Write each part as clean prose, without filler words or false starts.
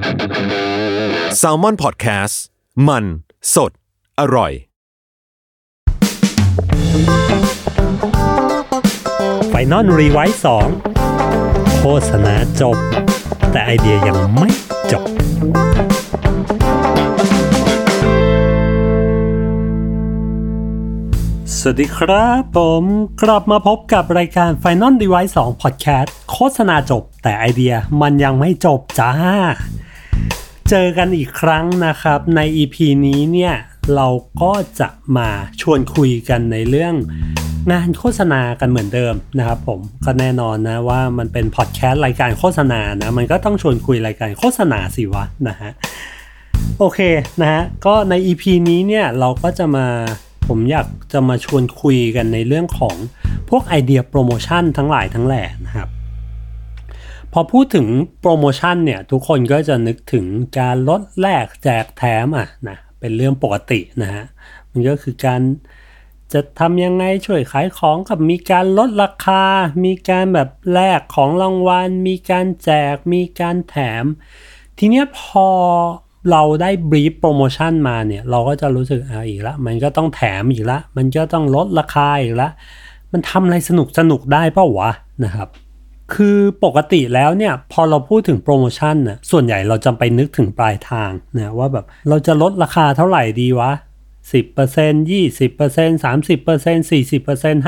Salmon Podcast มันสดอร่อย Final Rewrite 2 โฆษณาจบแต่ไอเดียยังไม่จบสวัสดีครับผมกลับมาพบกับรายการ Final Rewrite 2 Podcast โฆษณาจบแต่ไอเดียมันยังไม่จบจ้าเจอกันอีกครั้งนะครับใน EP นี้เนี่ยเราก็จะมาชวนคุยกันในเรื่องงานโฆษณากันเหมือนเดิมนะครับผมก็แน่นอนนะว่ามันเป็นพอดแคสต์รายการโฆษณานะมันก็ต้องชวนคุยรายการโฆษณาสิวะนะฮะโอเคนะฮะก็ใน EP นี้เนี่ยเราก็จะผมอยากจะมาชวนคุยกันในเรื่องของพวกไอเดียโปรโมชั่นทั้งหลายทั้งแหล่นะครับพอพูดถึงโปรโมชั่นเนี่ยทุกคนก็จะนึกถึงการลดแลกแจกแถมนะเป็นเรื่องปกตินะฮะมันก็คือการจะทำยังไงช่วยขายของกับมีการลดราคามีการแบบแลกของรางวัลมีการแจกมีการแถมทีเนี้ยพอเราได้บรีฟโปรโมชั่นมาเนี่ยเราก็จะรู้สึกอีกละมันก็ต้องแถมอีกละมันก็ต้องลดราคาอีกละมันทำอะไรสนุกได้เปล่าวะนะครับคือปกติแล้วเนี่ยพอเราพูดถึงโปรโมชั่นนะส่วนใหญ่เราจะไปนึกถึงปลายทางนะว่าแบบเราจะลดราคาเท่าไหร่ดีวะ 10% 20% 30% 40%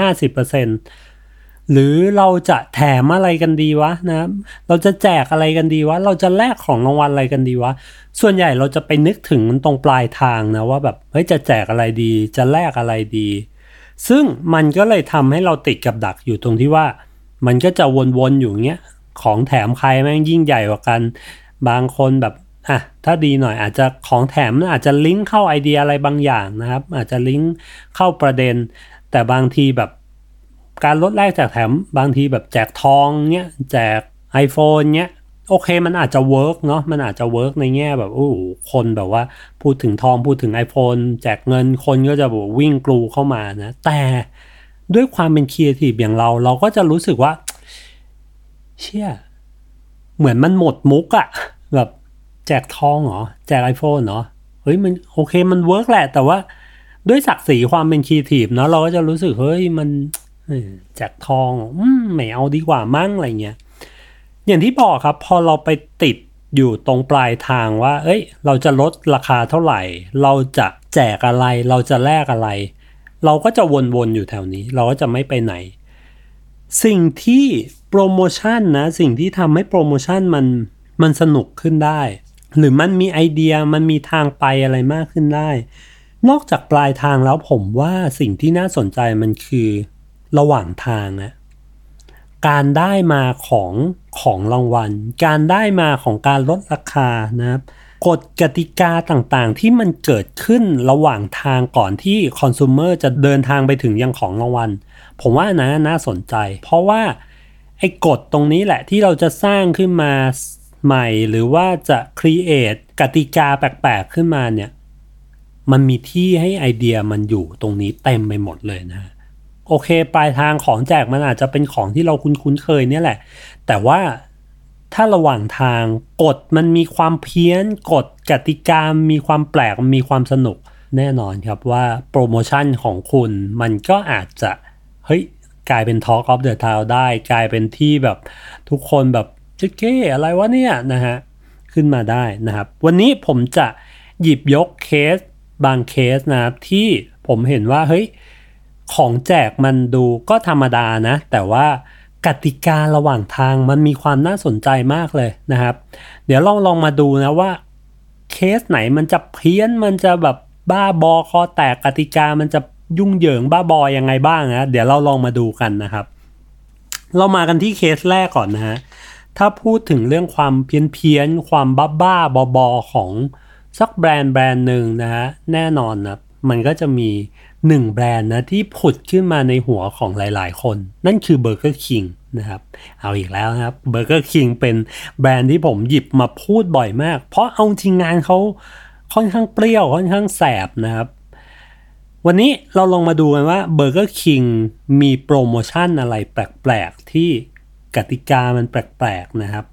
50% หรือเราจะแถมอะไรกันดีวะนะเราจะแจกอะไรกันดีวะเราจะแลกของรางวัลอะไรกันดีวะส่วนใหญ่เราจะไปนึกถึงตรงปลายทางนะว่าแบบเฮ้ยจะแจกอะไรดีจะแลกอะไรดีซึ่งมันก็เลยทำให้เราติดกับดักอยู่ตรงที่ว่ามันก็จะวนๆอยู่เงี้ยของแถมใครแม่งยิ่งใหญ่กว่ากันบางคนแบบถ้าดีหน่อยอาจจะของแถมอาจจะลิงก์เข้าไอเดียอะไรบางอย่างนะครับอาจจะลิงก์เข้าประเด็นแต่บางทีแบบการลดแลกแจกแถมบางทีแบบแจกทองเงี้ยแจก iPhone เงี้ยโอเคมันอาจจะเวิร์กเนาะมันอาจจะเวิร์กในแง่แบบคนแบบว่าพูดถึงทองพูดถึง iPhone แจกเงินคนก็จะแบบวิ่งกรูเข้ามานะแต่ด้วยความเป็นครีเอทีฟอย่างเราก็จะรู้สึกว่าเชี่ยเหมือนมันหมดมุกอะแบบแจกทองเหรอแจก iPhone เหรอเฮ้ยมันโอเคมันเวิร์กแหละแต่ว่าด้วยศักดิ์ศรีความเป็นครีเอทีฟเนาะเราก็จะรู้สึกเฮ้ยมันแจกทองไม่เอาดีกว่ามั้งอะไรเงี้ยอย่างที่บอกครับพอเราไปติดอยู่ตรงปลายทางว่าเอ้ยเราจะลดราคาเท่าไหร่เราจะแจกอะไรเราจะแลกอะไรเราก็จะวนๆอยู่แถวนี้เราก็จะไม่ไปไหนสิ่งที่โปรโมชั่นนะสิ่งที่ทำให้โปรโมชั่นมันสนุกขึ้นได้หรือมันมีไอเดียมันมีทางไปอะไรมากขึ้นได้นอกจากปลายทางแล้วผมว่าสิ่งที่น่าสนใจมันคือระหว่างทางนะการได้มาของรางวัลการได้มาของการลดราคานะครับกฎกติกาต่างๆที่มันเกิดขึ้นระหว่างทางก่อนที่คอน sumer จะเดินทางไปถึงยังของรางวัลผมว่าน่าสนใจเพราะว่าไอ้กฎตรงนี้แหละที่เราจะสร้างขึ้นมาใหม่หรือว่าจะ create กติกาแปลกๆขึ้นมาเนี่ยมันมีที่ให้ไอเดียมันอยู่ตรงนี้เต็มไปหมดเลยนะโอเคปลายทางของแจกมันอาจจะเป็นของที่เราคุ้นเคยเนี่ยแหละแต่ว่าถ้าระหว่างทางกฎมันมีความเพี้ยนกฎกติกามีความแปลกมีความสนุกแน่นอนครับว่าโปรโมชั่นของคุณมันก็อาจจะเฮ้ยกลายเป็น Talk of the Town ได้กลายเป็นที่แบบทุกคนแบบเจ๊อะไรวะเนี่ยนะฮะขึ้นมาได้นะครับวันนี้ผมจะหยิบยกเคสบางเคสนะครับที่ผมเห็นว่าเฮ้ยของแจกมันดูก็ธรรมดานะแต่ว่ากติการะหว่างทางมันมีความน่าสนใจมากเลยนะครับเดี๋ยวลองมาดูนะว่าเคสไหนมันจะเพี้ยนมันจะแบบบ้าบอคอแตกกติกามันจะยุ่งเหยิงบ้าบอยังไงบ้างนะเดี๋ยวเราลองมาดูกันนะครับเรามากันที่เคสแรกก่อนนะฮะถ้าพูดถึงเรื่องความเพี้ยนความบ้าบอของสักแบรนด์หนึ่งนะฮะแน่นอนนะมันก็จะมี1แบรนด์นะที่ผุดขึ้นมาในหัวของหลายๆคนนั่นคือ Burger King นะครับเอาอีกแล้วนะครับ Burger King เป็นแบรนด์ที่ผมหยิบมาพูดบ่อยมากเพราะเอาจริงงานเขาค่อนข้างเปรี้ยวค่อนข้างแสบนะครับวันนี้เราลองมาดูกันว่า Burger King มีโปรโมชั่นอะไรแปลกๆที่กติกามันแปลกๆนะครับ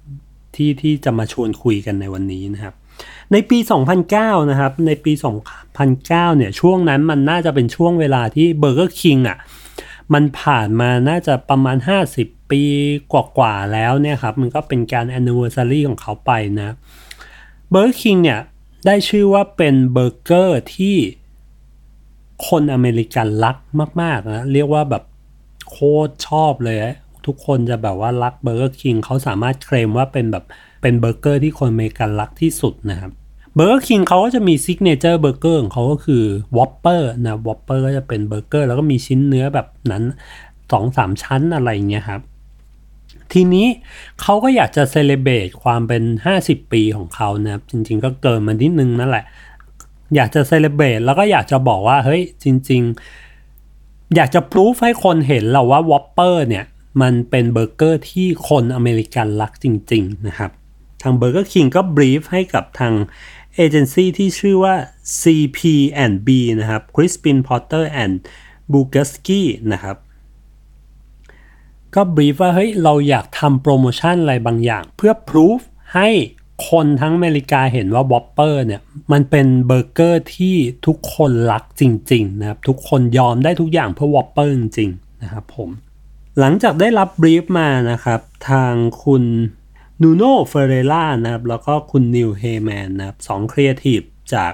ที่จะมาชวนคุยกันในวันนี้นะครับในปี 2009 นะครับในปี 2009 เนี่ยช่วงนั้นมันน่าจะเป็นช่วงเวลาที่ Burger King อ่ะมันผ่านมาน่าจะประมาณ50 ปีกว่าๆแล้วเนี่ยครับมันก็เป็นการ anniversary ของเขาไปนะ Burger King เนี่ยได้ชื่อว่าเป็นเบอร์เกอร์ที่คนอเมริกันรักมากๆนะเรียกว่าแบบโคตรชอบเลยทุกคนจะแบบว่ารักเบอร์เกอร์คิงเขาสามารถเคลมว่าเป็นแบบเป็นเบอร์เกอร์ที่คนอเมริกันรักที่สุดนะครับเบอร์เกอร์คิงเขาก็จะมีซิกเนเจอร์เบอร์เกอร์ของเขาก็คือวอปเปอร์นะวอปเปอร์ก็จะเป็นเบอร์เกอร์แล้วก็มีชิ้นเนื้อแบบนั้น 2-3 ชั้นอะไรอย่างเงี้ยครับทีนี้เขาก็อยากจะเซเลบรตความเป็น50 ปีของเขานะครับจริงๆก็เกินมานิดนึงนั่นแหละอยากจะเซเลบรตแล้วก็อยากจะบอกว่าเฮ้ยจริงๆอยากจะพรูฟให้คนเห็นเราว่าวอปเปอร์เนี่ยมันเป็นเบอร์เกอร์ที่คนอเมริกันรักจริงๆนะครับทาง Burger King ก็บรีฟให้กับทางเอเจนซี่ที่ชื่อว่า CP&B นะครับ Crispin Porter and Bugurski นะครับก็บรีฟว่าเฮ้ยเราอยากทำโปรโมชั่นอะไรบางอย่างเพื่อพรูฟให้คนทั้งอเมริกาเห็นว่าวอปเปอร์เนี่ยมันเป็นเบอร์เกอร์ที่ทุกคนรักจริงๆนะครับทุกคนยอมได้ทุกอย่างเพื่อวอปเปอร์จริงๆนะครับผมหลังจากได้รับบรีฟมานะครับทางคุณนูโน่เฟเรล่านะครับแล้วก็คุณนิวเฮแมนนะครับ2ครีเอทีฟจาก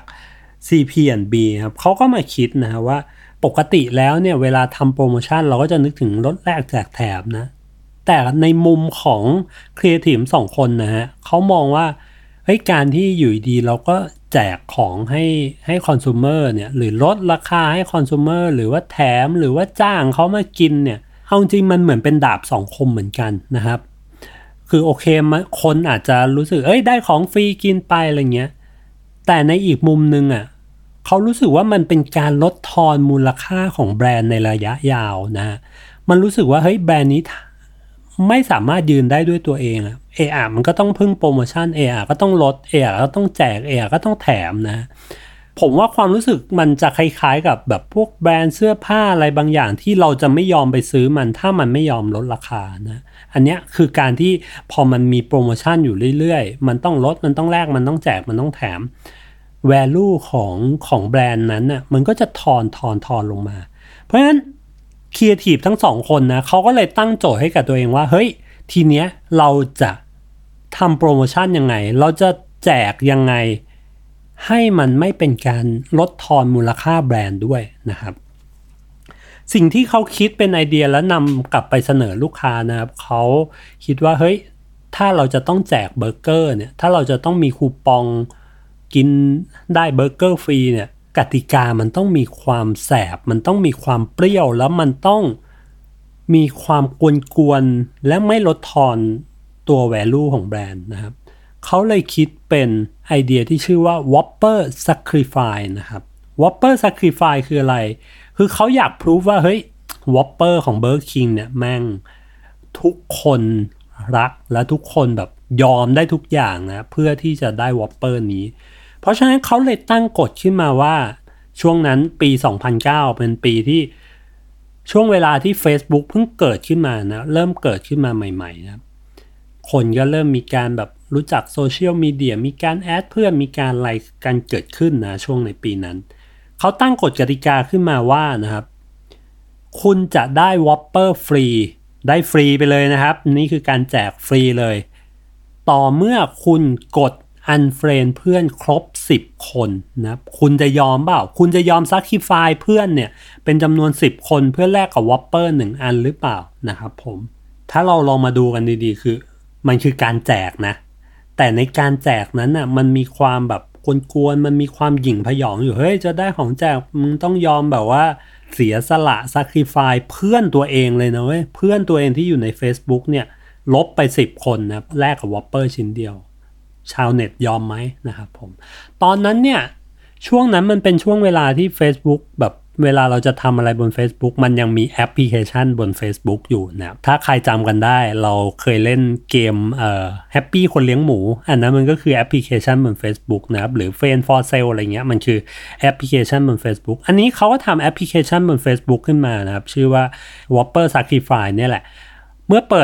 CP&B ครับเขาก็มาคิดนะว่าปกติแล้วเนี่ยเวลาทำโปรโมชั่นเราก็จะนึกถึงลดแลกแจกแถมนะแต่ในมุมของครีเอทีฟ2คนนะฮะเขามองว่าเฮ้ยการที่อยู่ดีเราก็แจกของให้คอน sumer เนี่ยหรือลดราคาให้คอน sumer หรือว่าแถมหรือว่าจ้างเขามากินเนี่ยเอาจริงมันเหมือนเป็นดาบ2 คมเหมือนกันนะครับคือโอเคคนอาจจะรู้สึกได้ของฟรีกินไปอะไรเงี้ยแต่ในอีกมุมนึงอ่ะเขารู้สึกว่ามันเป็นการลดทอนมูลค่าของแบรนด์ในระยะยาวนะมันรู้สึกว่าเฮ้ยแบรนด์นี้ไม่สามารถยืนได้ด้วยตัวเองอะมันก็ต้องพึ่งโปรโมชั่นก็ต้องลดก็ต้องแจกก็ต้องแถมนะผมว่าความรู้สึกมันจะคล้ายๆกับแบบพวกแบรนด์เสื้อผ้าอะไรบางอย่างที่เราจะไม่ยอมไปซื้อมันถ้ามันไม่ยอมลดราคานะอันนี้คือการที่พอมันมีโปรโมชั่นอยู่เรื่อยๆมันต้องลดมันต้องแลกมันต้องแจกมันต้องแถม value ของแบรนด์นั้นน่ะมันก็จะทอนลงมาเพราะฉะนั้นครีเอทีฟทั้ง2 คนนะเขาก็เลยตั้งโจทย์ให้กับตัวเองว่าเฮ้ยทีเนี้ยเราจะทำโปรโมชั่นยังไงเราจะแจกยังไงให้มันไม่เป็นการลดทอนมูลค่าแบรนด์ด้วยนะครับสิ่งที่เขาคิดเป็นไอเดียแล้วนำกลับไปเสนอลูกค้านะครับเขาคิดว่าเฮ้ยถ้าเราจะต้องแจกเบอร์เกอร์เนี่ยถ้าเราจะต้องมีคูปองกินได้เบอร์เกอร์ฟรีเนี่ยกติกามันต้องมีความแสบมันต้องมีความเปรี้ยวแล้วมันต้องมีความกวนๆและไม่ลดทอนตัว value ของแบรนด์นะครับเขาเลยคิดเป็นไอเดียที่ชื่อว่า Whopper Sacrifice นะครับ Whopper Sacrifice คืออะไรคือเขาอยากพิสูจว่าเฮ้ย Whopper ของ Burger King เนี่ยแม่งทุกคนรักและทุกคนแบบยอมได้ทุกอย่างนะเพื่อที่จะได้ Whopper นี้เพราะฉะนั้นเขาเลยตั้งกฎขึ้นมาว่าช่วงนั้นปี 2009 เป็นปีที่ช่วงเวลาที่ Facebook เพิ่งเกิดขึ้นมานะเริ่มเกิดขึ้นมาใหม่ๆนะคนก็เริ่มมีการแบบรู้จักโซเชียลมีเดียมีการแอดเพื่อนมีการไลค์กันเกิดขึ้นนะช่วงในปีนั้นเขาตั้งกฎกติกาขึ้นมาว่านะครับคุณจะได้ Whopper ฟรีได้ฟรีไปเลยนะครับนี่คือการแจกฟรีเลยต่อเมื่อคุณกดunfriend เพื่อนครบ10 คนนะคุณจะยอมเปล่าคุณจะยอม sacrifice เพื่อนเนี่ยเป็นจำนวน10 คนเพื่อแลกกับ Whopper 1 อันหรือเปล่านะครับผมถ้าเราลองมาดูกันดีๆคือมันคือการแจกนะแต่ในการแจกนั้นน่ะมันมีความแบบกวนๆมันมีความหยิ่งพยองอยู่เฮ้ยจะได้ของแจกมึงต้องยอมแบบว่าเสียสละ sacrifice เพื่อนตัวเองเลยนะเว้ยเพื่อนตัวเองที่อยู่ใน Facebook เนี่ยลบไป10 คนนะแลกกับ Whopper ชิ้นเดียวชาวเน็ตยอมไหมนะครับผมตอนนั้นเนี่ยช่วงนั้นมันเป็นช่วงเวลาที่ Facebook แบบเวลาเราจะทำอะไรบน Facebook มันยังมีแอปพลิเคชันบน Facebook อยู่นะถ้าใครจำกันได้เราเคยเล่นเกมHappy คนเลี้ยงหมูอันนั้นมันก็คือแอปพลิเคชันบน Facebook นะครับหรือ Friend for Sale อะไรเงี้ยมันคือแอปพลิเคชันบน Facebook อันนี้เขาก็ทำแอปพลิเคชันบน Facebook ขึ้นมานะครับชื่อว่า Whopper Sacrifice เนี่ยแหละเมื่อเปิด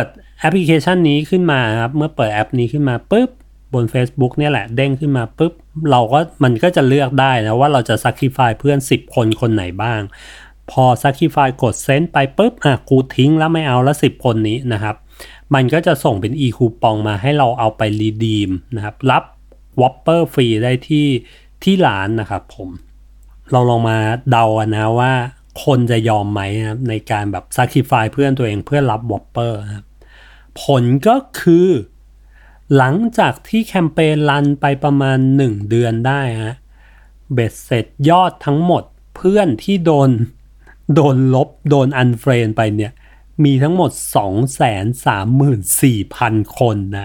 แอปพลิเคชันนี้ขึ้นมาครับเมื่อเปิดแอปนี้ขึ้นมาปุ๊บบน Facebook เนี่ยแหละเด้งขึ้นมาปุ๊บมันก็จะเลือกได้นะว่าเราจะ sacrifice เพื่อน10คนคนไหนบ้างพอ sacrifice กดเซนต์ไปปุ๊บกูทิ้งแล้วไม่เอาละ10คนนี้นะครับมันก็จะส่งเป็น e-coupon มาให้เราเอาไป redeem นะครับรับ Whopper ฟรีได้ที่ร้านนะครับผมเราลองมาเดากันนะว่าคนจะยอมไหมนะครับในการแบบ sacrifice เพื่อนตัวเองเพื่อรับ Whopper นะครับผลก็คือหลังจากที่แคมเปญรันไปประมาณ1เดือนได้ฮะเบ็ดเสร็จยอดทั้งหมดเพื่อนที่โดนลบโดนอันเฟรนไปเนี่ยมีทั้งหมด 234,000 คนนะ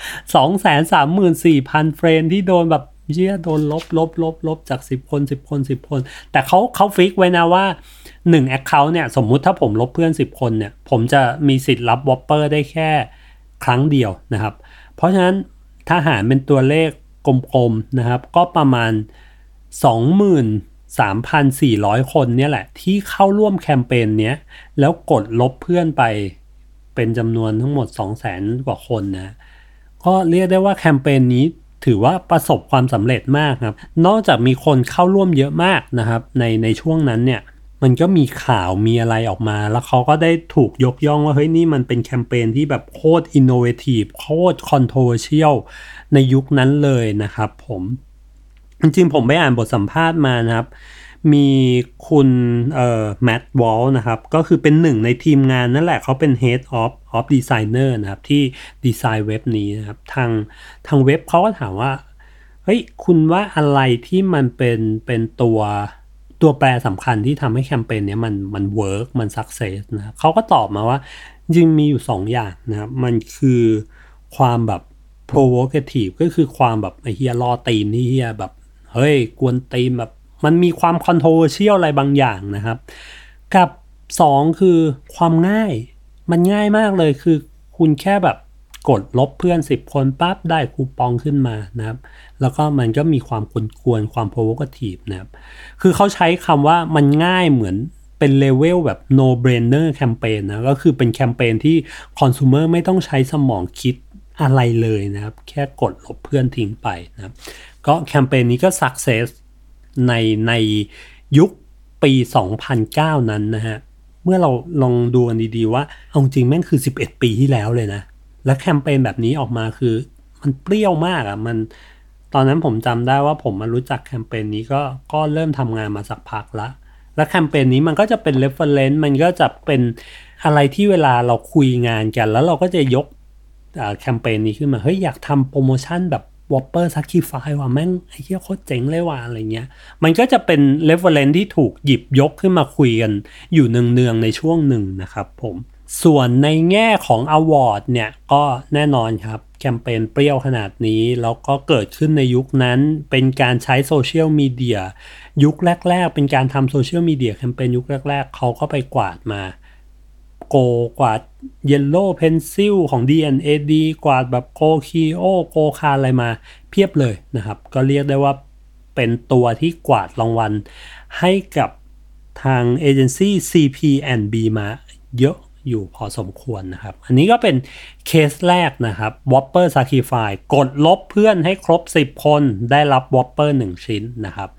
234,000 เฟรนที่โดนแบบโดนลบจาก10 คนแต่เขาฟิกไว้นะว่า1 account เนี่ยสมมุติถ้าผมลบเพื่อน10 คนเนี่ยผมจะมีสิทธิ์รับ Whopper ได้แค่ครั้งเดียวนะครับเพราะฉะนั้นถ้าหารเป็นตัวเลขกลมๆนะครับก็ประมาณ 23,400 คนเนี่ยแหละที่เข้าร่วมแคมเปญเนี้ยแล้วกดลบเพื่อนไปเป็นจำนวนทั้งหมด 200,000 กว่าคนนะก็เรียกได้ว่าแคมเปญนี้ถือว่าประสบความสำเร็จมากครับนอกจากมีคนเข้าร่วมเยอะมากนะครับในช่วงนั้นเนี่ยมันก็มีข่าวมีอะไรออกมาแล้วเขาก็ได้ถูกยกย่องว่าเฮ้ยนี่มันเป็นแคมเปญที่แบบโคตรอินโนเวทีฟโคตรคอนโทรเวอร์เชียลในยุคนั้นเลยนะครับผมจริงๆผมไปอ่านบทสัมภาษณ์มานะครับมีคุณแมตต์วอลนะครับก็คือเป็นหนึ่งในทีมงานนั่นแหละเขาเป็น Head of Designer นะครับที่ดีไซน์เว็บนี้นะครับทางเว็บเขาก็ถามว่าเฮ้ยคุณว่าอะไรที่มันเป็นตัวแปรสำคัญที่ทำให้แคมเปญนี้มันเวิร์กมันสักเซสนะเขาก็ตอบมาว่าจริงมีอยู่2อย่างนะครับมันคือความแบบ provocative ก็คือความแบบไอ้เฮียล่อตีนที่เฮียแบบเฮ้ยกวนตีนแบบมันมีความ controversial อะไรบางอย่างนะครับกับ2คือความง่ายมันง่ายมากเลยคือคุณแค่แบบกดลบเพื่อน10 คนปั๊บได้คูปองขึ้นมานะครับแล้วก็มันก็มีความกวนความ provocative นะครับคือเขาใช้คำว่ามันง่ายเหมือนเป็นเลเวลแบบ no brainer แคมเปญนะก็คือเป็นแคมเปญที่ consumer ไม่ต้องใช้สมองคิดอะไรเลยนะครับแค่กดลบเพื่อนทิ้งไปนะครับก็แคมเปญนี้ก็ success ในยุคปี 2009 นั้นนะฮะเมื่อเราลองดูกันดีๆว่าเอาจริงแม่งคือ11 ปีที่แล้วเลยนะและแคมเปญแบบนี้ออกมาคือมันเปรี้ยวมากอ่ะมันตอนนั้นผมจำได้ว่าผมมารู้จักแคมเปญนี้ก็เริ่มทำงานมาสักพักละและแคมเปญนี้มันก็จะเป็น reference มันก็จะเป็นอะไรที่เวลาเราคุยงานกันแล้วเราก็จะยกแคมเปญนี้ขึ้นมาเฮ้ยอยากทำโปรโมชั่นแบบWhopper Sacrifice ว่ะแม่งไอ้เหี้ยโคตรเจ๋งเลยว่ะอะไรเงี้ยมันก็จะเป็น reference ที่ถูกหยิบยกขึ้นมาคุยกันอยู่เนืองๆในช่วงหนึ่งนะครับผมส่วนในแง่ของ Award เนี่ยก็แน่นอนครับแคมเปญเปรี้ยวขนาดนี้แล้วก็เกิดขึ้นในยุคนั้นเป็นการใช้โซเชียลมีเดียยุคแรกๆเป็นการทำโซเชียลมีเดียแคมเปญยุคแรกๆเขาก็ไปกวาดมาโกกวาด Yellow Pencil ของ D&AD กวาดแบบโกคีโอโกคาอะไรมาเพียบเลยนะครับก็เรียกได้ว่าเป็นตัวที่กวาดรางวัลให้กับทางเอเจนซี่ CP&B มาเยอะอยู่พอสมควรนะครับอันนี้ก็เป็นเคสแรกนะครับ Whopper Sacrifice กดลบเพื่อนให้ครบ10 คนได้รับ Whopper 1 ชิ้นนะครับ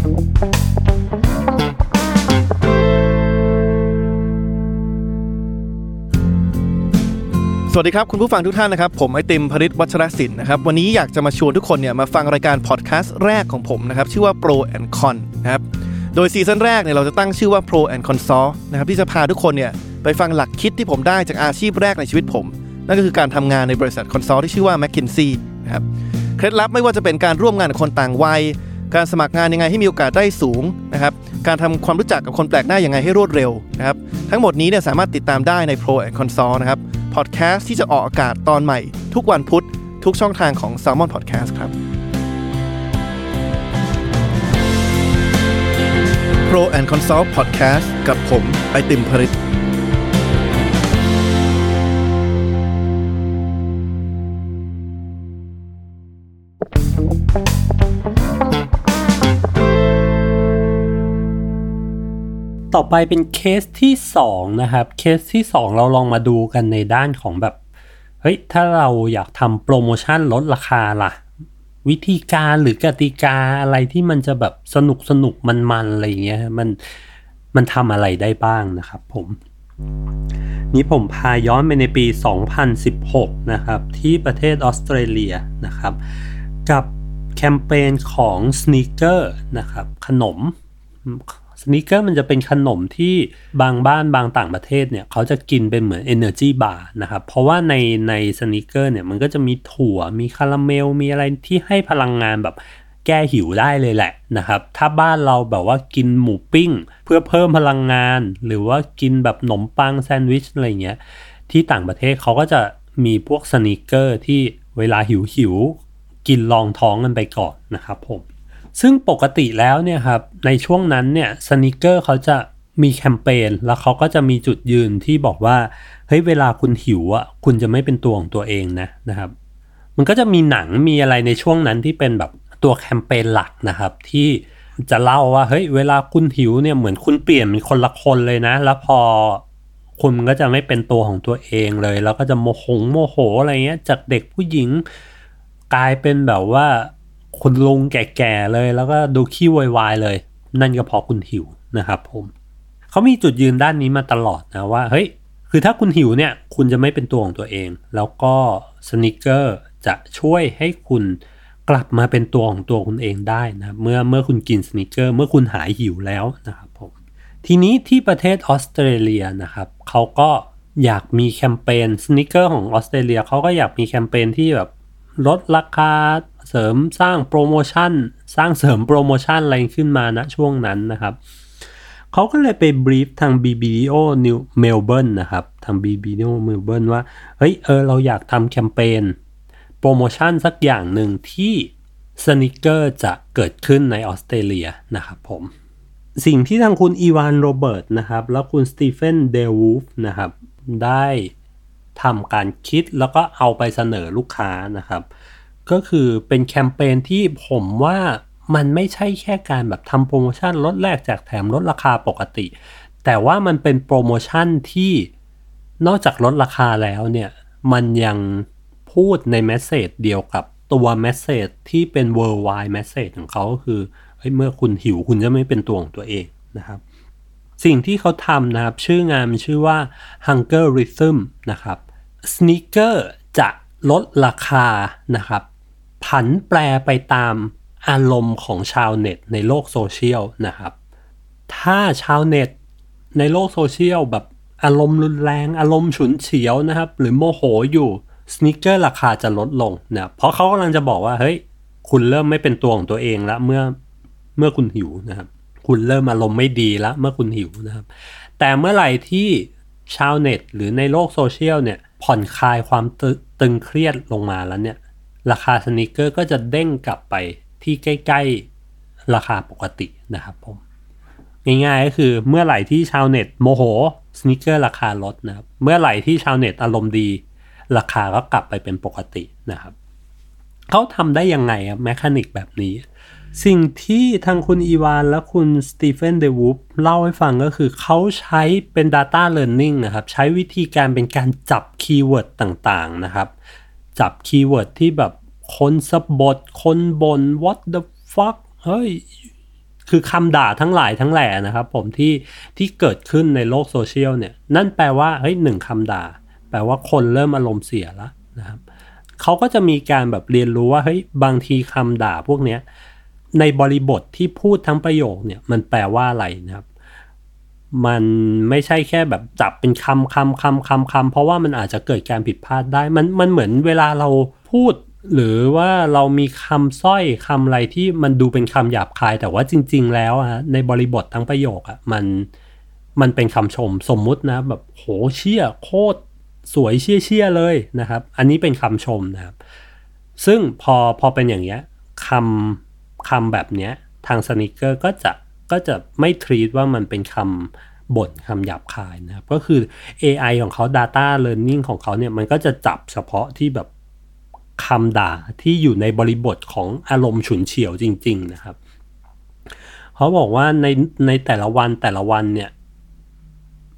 สวัสดีครับคุณผู้ฟังทุกท่านนะครับผมไอติมพฤทธิ์วัชรศิลป์นะครับวันนี้อยากจะมาชวนทุกคนเนี่ยมาฟังรายการพอดแคสต์แรกของผมนะครับชื่อว่า Pro and Con นะครับโดยซีซั่นแรกเนี่ยเราจะตั้งชื่อว่า Pro and Consult นะครับที่จะพาทุกคนเนี่ยไปฟังหลักคิดที่ผมได้จากอาชีพแรกในชีวิตผมนั่นก็คือการทำงานในบริษัท Consult ที่ชื่อว่า McKinsey นะครับเคล็ดลับไม่ว่าจะเป็นการร่วมงานกับคนต่างวัยการสมัครงานยังไงให้มีโอกาสได้สูงนะครับการทำความรู้จักกับคนแปลกหน้ายังไงให้รวดเร็วนะครับทั้งหมดนี้เนี่ยสามารถติดตามได้ใน Pro and Consult นะครับพอดแคสต์ที่จะออกอากาศตอนใหม่ทุกวันพุธทุกช่องทางของ Salmon Podcast ครับ Pro and Consult Podcast กับผมไอติมพฤทธิ์ต่อไปเป็นเคสที่2นะครับเคสที่2เราลองมาดูกันในด้านของแบบเฮ้ยถ้าเราอยากทำโปรโมชั่นลดราคาล่ะวิธีการหรือกติกาอะไรที่มันจะแบบสนุกมันอะไรอย่างเงี้ยมันทำอะไรได้บ้างนะครับผมนี่ผมพาย้อนไปในปี2016นะครับที่ประเทศออสเตรเลียนะครับกับแคมเปญของ Sneaker นะครับขนมสนิเกอร์มันจะเป็นขนมที่บางบ้านบางต่างประเทศเนี่ยเขาจะกินเป็นเหมือน Energy Bar นะครับเพราะว่าในสนิเกอร์เนี่ยมันก็จะมีถั่วมีคาราเมลมีอะไรที่ให้พลังงานแบบแก้หิวได้เลยแหละนะครับถ้าบ้านเราแบบว่ากินหมูปิ้งเพื่อเพิ่มพลังงานหรือว่ากินแบบขนมปังแซนด์วิชอะไรเงี้ยที่ต่างประเทศเขาก็จะมีพวกสนิเกอร์ที่เวลาหิวกินรองท้องกันไปก่อนนะครับผมซึ่งปกติแล้วเนี่ยครับในช่วงนั้นเนี่ยสนิเกอร์เขาจะมีแคมเปญแล้วเขาก็จะมีจุดยืนที่บอกว่าเฮ้ยเวลาคุณหิวอ่ะคุณจะไม่เป็นตัวของตัวเองนะครับมันก็จะมีหนังมีอะไรในช่วงนั้นที่เป็นแบบตัวแคมเปญหลักนะครับที่จะเล่าว่าเฮ้ยเวลาคุณหิวเนี่ยเหมือนคุณเปลี่ยนเป็นคนละคนเลยนะแล้วพอคุณก็จะไม่เป็นตัวของตัวเองเลยแล้วก็จะโมโหอะไรเงี้ยจากเด็กผู้หญิงกลายเป็นแบบว่าคุณลุงแก่ๆเลยแล้วก็ดูขี้วายๆเลยนั่นก็เพราะคุณหิวนะครับผมเขามีจุดยืนด้านนี้มาตลอดนะว่าเฮ้ยคือถ้าคุณหิวเนี่ยคุณจะไม่เป็นตัวของตัวเองแล้วก็สนิเกอร์จะช่วยให้คุณกลับมาเป็นตัวของตัวคุณเองได้นะเมื่อคุณกินสนิเกอร์เมื่อคุณหายหิวแล้วนะครับผมทีนี้ที่ประเทศออสเตรเลียนะครับเขาก็อยากมีแคมเปญสนิเกอร์ของออสเตรเลียเขาก็อยากมีแคมเปญที่แบบลดราคาเสริมสร้างโปรโมชั่นสร้างเสริมโปรโมชั่นอะไรขึ้นมาณช่วงนั้นนะครับเขาก็เลยไปบรีฟทาง BBDO New Melbourne นะครับทาง BBDO Melbourne ว่าเฮ้ยเราอยากทำแคมเปญโปรโมชั่นสักอย่างหนึ่งที่สนิเกอร์จะเกิดขึ้นในออสเตรเลียนะครับผมสิ่งที่ทางคุณอีวานโรเบิร์ตนะครับแล้วคุณสตีเฟนเดลวูฟนะครับได้ทำการคิดแล้วก็เอาไปเสนอลูกค้านะครับก็คือเป็นแคมเปญที่ผมว่ามันไม่ใช่แค่การแบบทำโปรโมชั่นลดแลกแจกแถมลดราคาปกติแต่ว่ามันเป็นโปรโมชั่นที่นอกจากลดราคาแล้วเนี่ยมันยังพูดในเมสเสจเดียวกับตัวเมสเสจที่เป็น worldwide message ของเขาก็คือเมื่อคุณหิวคุณจะไม่เป็นตัวของตัวเองนะครับสิ่งที่เขาทำนะครับชื่องานมันชื่อว่า Hunger Rhythm นะครับ Sneaker จะลดราคานะครับผันแปรไปตามอารมณ์ของชาวเน็ตในโลกโซเชียลนะครับถ้าชาวเน็ตในโลกโซเชียลแบบอารมณ์รุนแรงอารมณ์ฉุนเฉียวนะครับหรือโมโหอยู่สนิเกอร์ราคาจะลดลงนะเพราะเขากำลังจะบอกว่าเฮ้ยคุณเริ่มไม่เป็นตัวของตัวเองแล้วเมื่อคุณหิวนะครับคุณเริ่มอารมณ์ไม่ดีแล้วเมื่อคุณหิวนะครับแต่เมื่อไหร่ที่ชาวเน็ตหรือในโลกโซเชียลเนี่ยผ่อนคลายความตึงเครียดลงมาแล้วเนี่ยราคาสนิเกอร์ก็จะเด้งกลับไปที่ใกล้ๆราคาปกตินะครับผมง่ายๆก็คือเมื่อไหร่ที่ชาวเน็ตโมโหสนิเกอร์ราคาลดนะครับเมื่อไหร่ที่ชาวเน็ตอารมณ์ดีราคาก็กลับไปเป็นปกตินะครับเขาทำได้ยังไงครับแมคานิกแบบนี้สิ่งที่ทางคุณอีวานและคุณสตีเฟนเดวูฟเล่าให้ฟังก็คือเขาใช้เป็น Data Learning นะครับใช้วิธีการเป็นการจับคีย์เวิร์ดต่างๆนะครับจับคีย์เวิร์ดที่แบบคนสะบดคนบ่น what the fuck เฮ้ยคือคำด่าทั้งหลายทั้งแหล่นะครับผมที่เกิดขึ้นในโลกโซเชียลเนี่ยนั่นแปลว่าเฮ้ยหนึ่งคำด่าแปลว่าคนเริ่มอารมณ์เสียแล้วนะครับเขาก็จะมีการแบบเรียนรู้ว่าเฮ้ยบางทีคำด่าพวกเนี้ยในบริบทที่พูดทั้งประโยคเนี่ยมันแปลว่าอะไรนะครับมันไม่ใช่แค่แบบจับเป็นคำเพราะว่ามันอาจจะเกิดการผิดพลาดได้มันเหมือนเวลาเราพูดหรือว่าเรามีคำสร้อยคำอะไรที่มันดูเป็นคำหยาบคายแต่ว่าจริงๆแล้วในบริบททั้งประโยคมันเป็นคำชมสมมุตินะแบบโหเชี่ยโคตรสวยเชี่ยเลยนะครับอันนี้เป็นคำชมนะครับซึ่งพอเป็นอย่างเงี้ยคำแบบเนี้ยทางสนิเกอร์ก็จะไม่ทรีตว่ามันเป็นคำบ่นคำหยาบคายนะครับก็คือ AI ของเขา Data Learning ของเขาเนี่ยมันก็จะจับเฉพาะที่แบบคำด่าที่อยู่ในบริบทของอารมณ์ฉุนเฉียวจริงๆนะครับเขาบอกว่าในแต่ละวันเนี่ย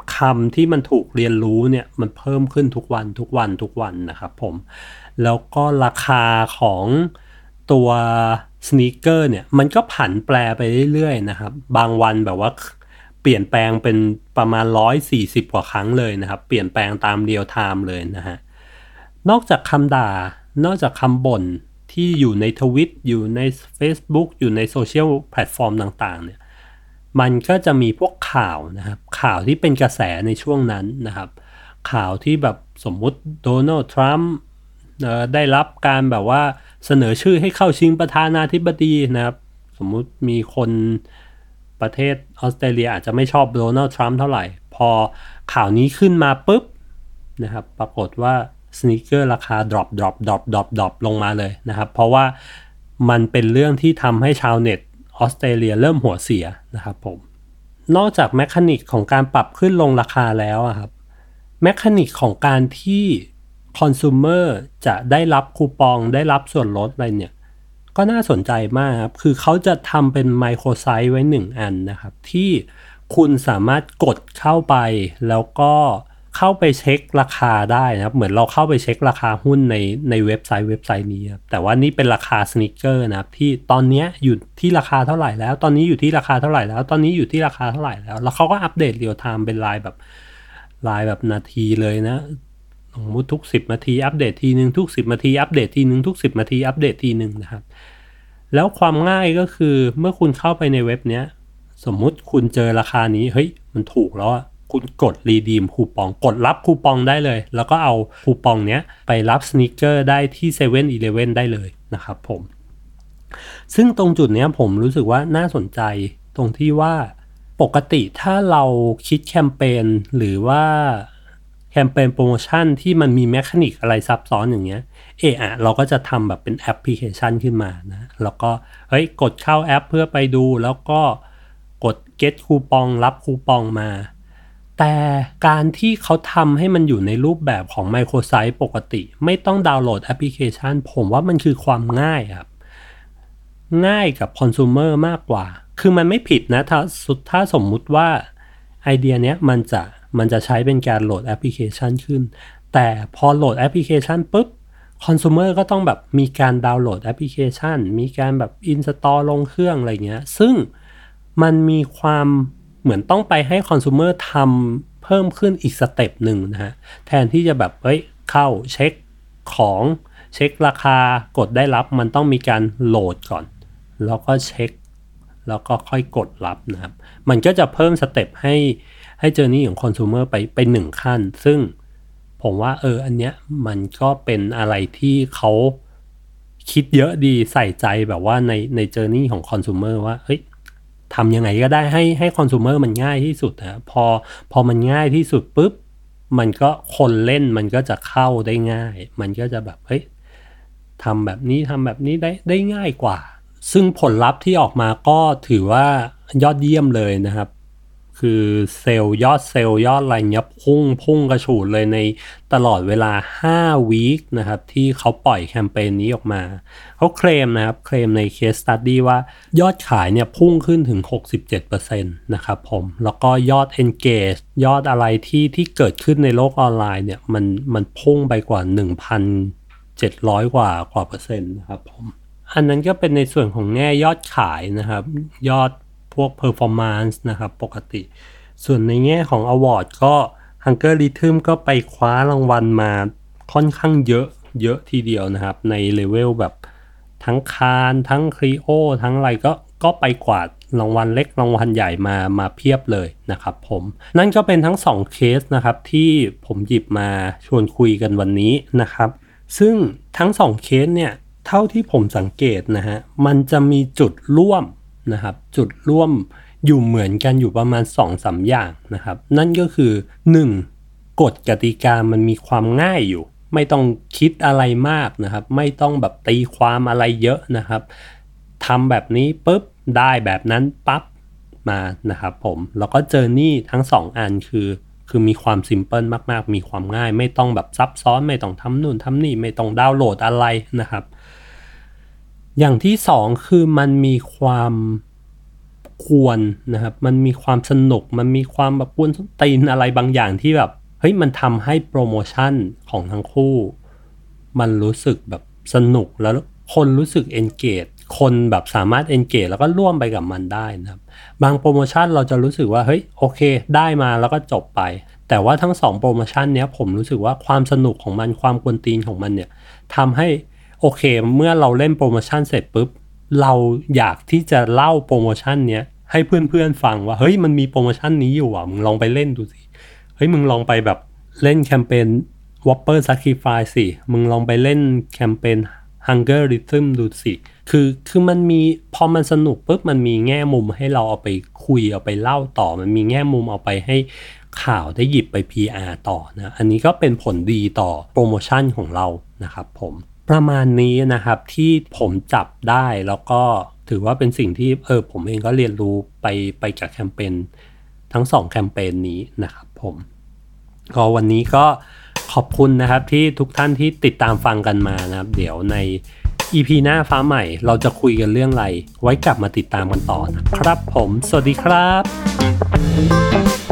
คำที่มันถูกเรียนรู้เนี่ยมันเพิ่มขึ้นทุกวันนะครับผมแล้วก็ราคาของตัวสนีกเกอร์เนี่ยมันก็ผันแปรไปเรื่อยๆนะครับบางวันแบบว่าเปลี่ยนแปลงเป็นประมาณ140กว่าครั้งเลยนะครับเปลี่ยนแปลงตามเรียลไทม์เลยนะฮะนอกจากคำด่านอกจากคำบ่นที่อยู่ในทวิตอยู่ใน Facebook อยู่ในโซเชียลแพลตฟอร์มต่างๆเนี่ยมันก็จะมีพวกข่าวนะครับข่าวที่เป็นกระแสในช่วงนั้นนะครับข่าวที่แบบสมมุติโดนัลด์ทรัมป์ได้รับการแบบว่าเสนอชื่อให้เข้าชิงประธานาธิบดีนะครับสมมุติมีคนประเทศออสเตรเลียอาจจะไม่ชอบโดนัลด์ทรัมป์เท่าไหร่พอข่าวนี้ขึ้นมาปุ๊บนะครับปรากฏว่าสนีกเกอร์ราคาดรอปลงมาเลยนะครับเพราะว่ามันเป็นเรื่องที่ทำให้ชาวเน็ตออสเตรเลียเริ่มหัวเสียนะครับผมนอกจากแมคานิกของการปรับขึ้นลงราคาแล้วครับแมคานิกของการที่คอน sumer จะได้รับคูปองได้รับส่วนลดอะไรเนี่ยก็น่าสนใจมากครับคือเขาจะทำเป็นไมโครไซต์ไว้1อันนะครับที่คุณสามารถกดเข้าไปแล้วก็เข้าไปเช็คราคาได้นะครับเหมือนเราเข้าไปเช็คราคาหุ้นในเว็บไซต์นี้ครับแต่ว่านี่เป็นราคาสนีกเกอร์นะครับที่ตอนนี้อยู่ที่ราคาเท่าไหร่แล้วตอนนี้อยู่ที่ราคาเท่าไหร่แล้วตอนนี้อยู่ที่ราคาเท่าไหร่แล้วเขาก็อัปเดตเรียลไทม์เป็นรายแบบนาทีเลยนะสมมุติทุก10นาทีอัปเดตทีนึงทุก10นาทีอัปเดตทีนึงทุก10นาทีอัปเดตทีนึงนะครับแล้วความง่ายก็คือเมื่อคุณเข้าไปในเว็บเนี้ยสมมุติคุณเจอราคานี้เฮ้ยมันถูกแล้วคุณกดรีดีมคูปองกดรับคูปองได้เลยแล้วก็เอาคูปองเนี้ยไปรับสนีกเกอร์ได้ที่ 7-Eleven ได้เลยนะครับผมซึ่งตรงจุดเนี้ยผมรู้สึกว่าน่าสนใจตรงที่ว่าปกติถ้าเราคิดแคมเปญหรือว่าแคมเปญโปรโมชั่นที่มันมีแมคานิกอะไรซับซ้อนอย่างเงี้ยเราก็จะทำแบบเป็นแอปพลิเคชันขึ้นมานะแล้วก็เฮ้ยกดเข้าแอปเพื่อไปดูแล้วก็กด get คูปองรับคูปองมาแต่การที่เขาทำให้มันอยู่ในรูปแบบของไมโครไซต์ปกติไม่ต้องดาวน์โหลดแอปพลิเคชันผมว่ามันคือความง่ายครับง่ายกับคอน sumer มากกว่าคือมันไม่ผิดนะถ้าสมมุติว่าไอเดียเนี้ยมันจะใช้เป็นการโหลดแอปพลิเคชันขึ้นแต่พอโหลดแอปพลิเคชันปุ๊บคอน sumer ก็ต้องแบบมีการดาวน์โหลดแอปพลิเคชันมีการแบบอินสตอลลงเครื่องอะไรเงี้ยซึ่งมันมีความเหมือนต้องไปให้คอน sumer ทำเพิ่มขึ้นอีกสเต็ปหนึ่งนะฮะแทนที่จะแบบเข้าเช็คของเช็คราคากดได้รับมันต้องมีการโหลดก่อนแล้วก็เช็คแล้วก็ค่อยกดรับนะครับมันก็จะเพิ่มสเต็ปให้เจอร์นี่ของคอน sumer ไป1ขั้นซึ่งผมว่าอันเนี้ยมันก็เป็นอะไรที่เขาคิดเยอะดีใส่ใจแบบว่าในเจอร์นี่ของคอน sumer ว่าทำยังไงก็ได้ให้คอน sumer มันง่ายที่สุดนะพอมันง่ายที่สุดปุ๊บมันก็คนเล่นมันก็จะเข้าได้ง่ายมันก็จะแบบทำแบบนี้ได้ง่ายกว่าซึ่งผลลัพธ์ที่ออกมาก็ถือว่ายอดเยี่ยมเลยนะครับคือยอดอะไรเงี้ยพุ่งกระฉูดเลยในตลอดเวลา5 วีคนะครับที่เขาปล่อยแคมเปญนี้ออกมาเขาเคลมใน case study ว่ายอดขายเนี่ยพุ่งขึ้นถึง 67% นะครับผมแล้วก็ยอด engage ยอดอะไรที่เกิดขึ้นในโลกออนไลน์เนี่ยมันพุ่งไปกว่า 1,700 กว่าเปอร์เซ็นต์นะครับผมอันนั้นก็เป็นในส่วนของแง่ยอดขายนะครับยอดพวก performance นะครับปกติส่วนในแง่ของ award ก็ Hunger Rhythm ก็ไปคว้ารางวัลมาค่อนข้างเยอะทีเดียวนะครับในเลเวลแบบทั้งคานทั้งครีโอทั้งอะไรก็ไปกวาดรางวัลเล็กรางวัลใหญ่มาเพียบเลยนะครับผมนั่นก็เป็นทั้ง2เคสนะครับที่ผมหยิบมาชวนคุยกันวันนี้นะครับซึ่งทั้ง2เคสเนี่ยเท่าที่ผมสังเกตนะฮะมันจะมีจุดร่วมนะครับจุดร่วมอยู่เหมือนกันอยู่ประมาณ 2-3 อย่างนะครับนั่นก็คือ1กฎกติกามันมีความง่ายอยู่ไม่ต้องคิดอะไรมากนะครับไม่ต้องแบบตีความอะไรเยอะนะครับทำแบบนี้ปุ๊บได้แบบนั้นปั๊บมานะครับผมแล้วก็เจอร์นี่ทั้ง2อันคือมีความซิมเพิลมากๆมีความง่ายไม่ต้องแบบซับซ้อนไม่ต้องทำนู่นทำนี่ไม่ต้องดาวน์โหลดอะไรนะครับอย่างที่2คือมันมีความกวนนะครับมันมีความสนุกมันมีความแบบกวนส้นตีนอะไรบางอย่างที่แบบเฮ้ยมันทำให้โปรโมชั่นของทั้งคู่มันรู้สึกแบบสนุกแล้วคนรู้สึก engage คนแบบสามารถ engage แล้วก็ร่วมไปกับมันได้นะครับบางโปรโมชั่นเราจะรู้สึกว่าเฮ้ยโอเคได้มาแล้วก็จบไปแต่ว่าทั้ง2โปรโมชั่นเนี้ยผมรู้สึกว่าความสนุกของมันความกวนตีนของมันเนี่ยทำให้โอเคเมื่อเราเล่นโปรโมชั่นเสร็จปุ๊บเราอยากที่จะเล่าโปรโมชั่นเนี้ยให้เพื่อนๆฟังว่าเฮ้ยมันมีโปรโมชั่นนี้อยู่อ่ะมึงลองไปเล่นดูสิเฮ้ยมึงลองไปแบบเล่นแคมเปญ Whopper Sacrifice สิมึงลองไปเล่นแคมเปญ Hunger Rhythm ดูสิคือมันมีพอมันสนุกปุ๊บมันมีแง่มุมให้เราเอาไปคุยเอาไปเล่าต่อมันมีแง่มุมเอาไปให้ข่าวได้หยิบไป PR ต่อนะอันนี้ก็เป็นผลดีต่อโปรโมชั่นของเรานะครับผมประมาณนี้นะครับที่ผมจับได้แล้วก็ถือว่าเป็นสิ่งที่ผมเองก็เรียนรู้ไปจากแคมเปญทั้ง2แคมเปญนี้นะครับผมก็วันนี้ก็ขอบคุณนะครับที่ทุกท่านที่ติดตามฟังกันมานะครับเดี๋ยวใน EP หน้าฟ้าใหม่เราจะคุยกันเรื่องอะไรไว้กลับมาติดตามกันต่อนะครับผมสวัสดีครับ